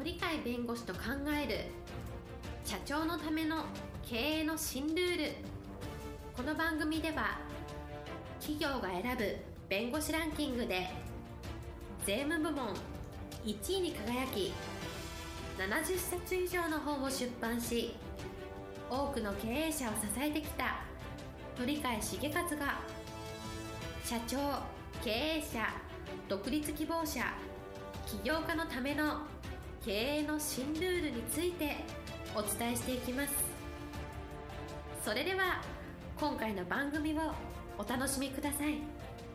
鳥飼弁護士と考える社長のための経営の新ルール。この番組では企業が選ぶ弁護士ランキングで税務部門1位に輝き、70冊以上の本を出版し、多くの経営者を支えてきた鳥飼茂勝が、社長、経営者、独立希望者、起業家のための経営の新ルールについてお伝えしていきます。それでは今回の番組をお楽しみください。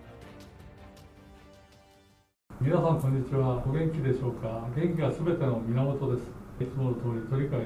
皆さんこんにちは。お元気でしょうか。元気がすべての源です。いつもの通り鳥飼です。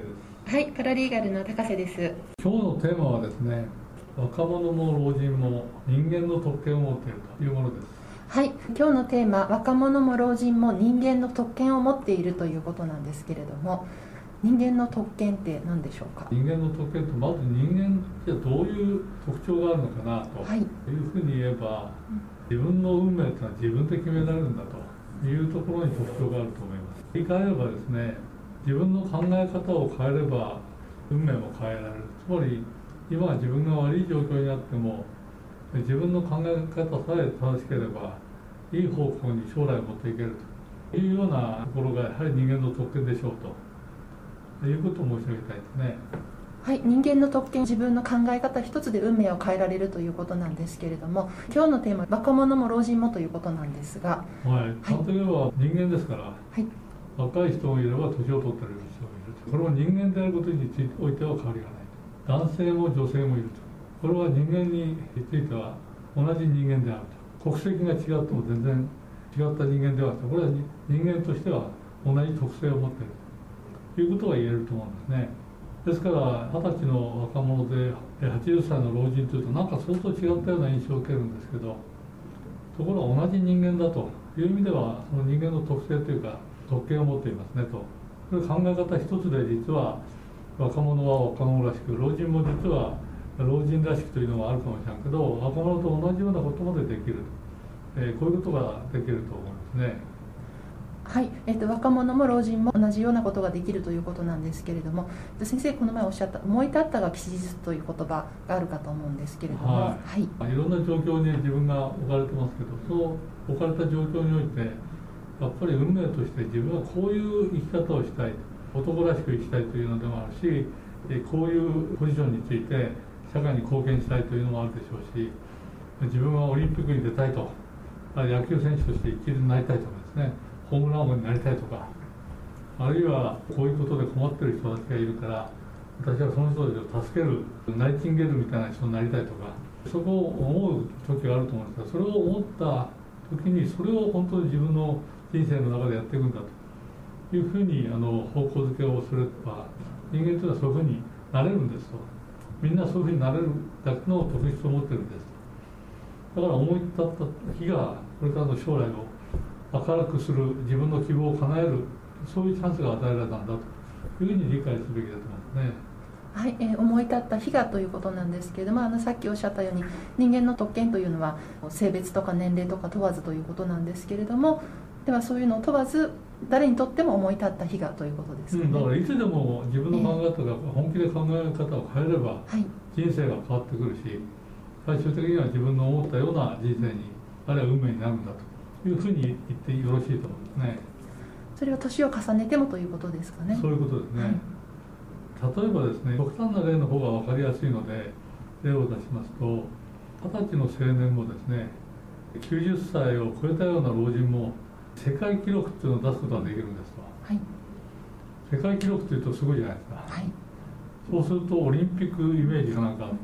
はい、パラリーガルの高瀬です。 今日のテーマはですね、若者も老人も人間の特権を持っているというものです。 はい、今日のテーマ、若者も老人も人間の特権を持っているということなんですけれども、人間の特権って何でしょうか。 人間の特権と、まず人間ってどういう特徴があるのかなというふうに言えば、自分の運命というのは自分で決められるんだというところに特徴があると思います。言い換えればですね、自分の考え方を変えれば運命も変えられる。つまり今自分が悪い状況になっても、自分の考え方さえ正しければいい方向に将来を持っていけるというようなところがやはり人間の特権でしょうということを申し上げたいですね。 はい、人間の特権、自分の考え方一つで運命を変えられるということなんですけれども、今日のテーマ、若者も老人もということなんですが、 ちゃんと言えば人間ですから、 はい、 若い人もいれば年を取っている人もいると。これも人間であることにおいては変わりがないと。男性も女性もいると。これは人間については同じ人間であると。国籍が違っても全然違った人間ではなくて、これは人間としては同じ特性を持っているということが言えると思うんですね。ですから20歳の若者で80歳の老人というとなんか相当違ったような印象を受けるんですけど、ところが同じ人間だという意味では、その人間の特性というか特権を持っていますねと。これ考え方一つで実は若者は若者らしく、老人も実は老人らしくというのがあるかもしれないけど、若者と同じようなことまでできる、こういうことができると思いますね。 はい、若者も老人も同じようなことができるということなんですけれども、先生この前おっしゃった思い立ったが吉日という言葉があるかと思うんですけれども、 はい、いろんな状況に自分が置かれてますけど、そう置かれた状況においてやっぱり運命として自分はこういう生き方をしたい、男らしく生きたいというのでもあるし、こういうポジションについて社会に貢献したいというのもあるでしょうし、自分はオリンピックに出たいと、野球選手として一流になりたいとかですね、ホームラン王になりたいとか、あるいはこういうことで困っている人たちがいるから私はその人たちを助けるナイチンゲールみたいな人になりたいとか、そこを思う時があると思うんですが、それを思った時にそれを本当に自分の人生の中でやっていくんだというふうに方向づけをすれば、人間というのはそういうふうになれるんですと。みんなそういうふうになれるだけの特質を持ってるんですと。だから思い立った日がこれからの将来を明るくする、自分の希望を叶える、そういうチャンスが与えられたんだというふうに理解すべきだと思いますね。 はい、思い立った日がということなんですけれども、さっきおっしゃったように人間の特権というのは性別とか年齢とか問わずということなんですけれども、ではそういうのを問わず誰にとっても思い立った日がということですかね。 だからいつでも自分の考え方が本気で考え方を変えれば人生が変わってくるし、最終的には自分の思ったような人生に、あるいは運命になるんだというふうに言ってよろしいと思うんですね。 それは年を重ねてもということですかね。 そういうことですね。例えばですね、極端な例の方が分かりやすいので例を出しますと、20歳の青年もですね、90歳を超えたような老人も世界記録っていうのを出すことができるんですと。 はい、 世界記録というとすごいじゃないですか。 はい、 そうするとオリンピックイメージがなんかあって、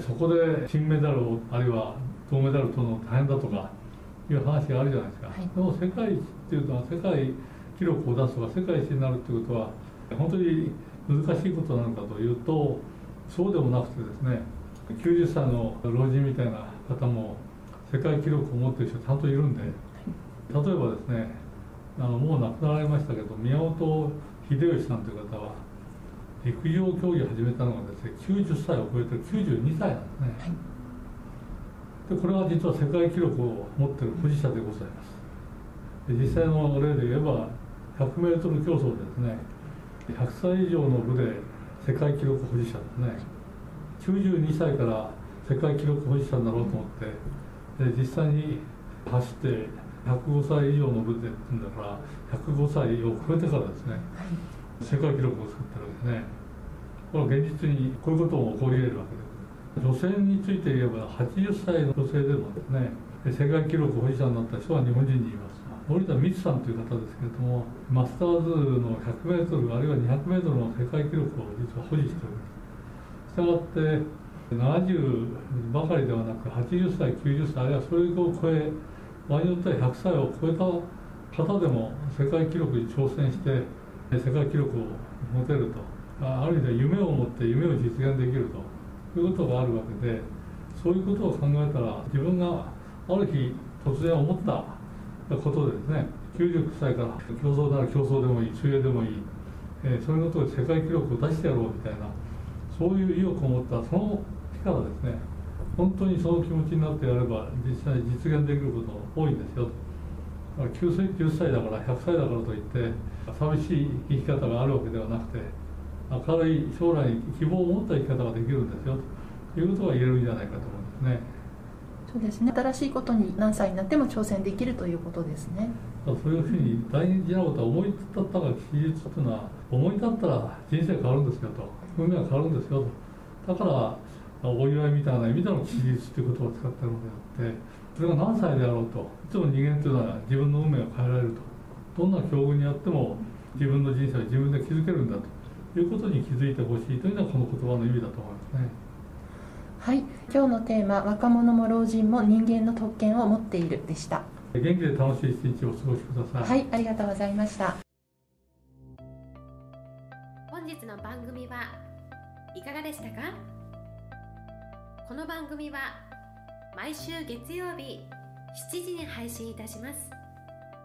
そこで金メダルをあるいは銅メダル取るの大変だとかいう話があるじゃないですか。 はい、 でも世界一っていうのは、世界記録を出すとか世界一になるっていうことは本当に難しいことなのかというと、そうでもなくてですね、90歳の老人みたいな方も世界記録を持っている人ちゃんといるんで、例えばですね、もう亡くなられましたけど、宮本秀吉さんという方は陸上競技を始めたのがですね、90歳を超えてる92歳なんですね。 はい、 でこれは実は世界記録を持っている保持者でございます。で実際の例で言えば 100m 競争ですね、100歳以上の部で世界記録保持者ですね。92歳から世界記録保持者になろうと思って、実際に走って105歳以上の部でっていうんだから、105歳を超えてからですね、世界記録を作ってるわけですね。これは現実にこういうことも起こり得るわけです。女性について言えば80歳の女性でもですね、世界記録保持者になった人は日本人にいます。森田光さんという方ですけれども、マスターズの 100m あるいは 200m の世界記録を実は保持しております。したがって70ばかりではなく80歳90歳あるいはそれを超え、場合によっては100歳を超えた方でも世界記録に挑戦して世界記録を持てると、ある意味で夢を持って夢を実現できるということがあるわけで、そういうことを考えたら自分がある日突然思ったことでですね、90歳から競争なら競争でもいい、水泳でもいい、そういうことで世界記録を出してやろうみたいな、そういう意欲を持ったその日からですね、本当にその気持ちになってやれば実際に実現できることが多いんですよ。だから90歳だから100歳だからといって寂しい生き方があるわけではなくて、明るい将来に希望を持った生き方ができるんですよということが言えるんじゃないかと思うんですね。 そうですね、新しいことに何歳になっても挑戦できるということですね。 そういうふうに大事なことは思い立ったが記述というのは、思い立ったら人生変わるんですよと、運命は変わるんですよと。だからお祝いみたいな意味での記述ということを使っているのであって、それが何歳であろうと、いつも人間というのは自分の運命を変えられると、どんな境遇にあっても自分の人生を自分で築けるんだということに気づいてほしいというのはこの言葉の意味だと思いますね。 はい、今日のテーマ、若者も老人も人間の特権を持っているでした。 元気で楽しい一日をお過ごしください。 はい、ありがとうございました。 本日の番組はいかがでしたか？この番組は毎週月曜日7時に配信いたします。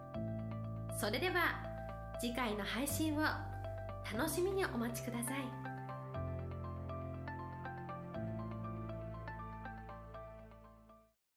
それでは次回の配信を楽しみにお待ちください。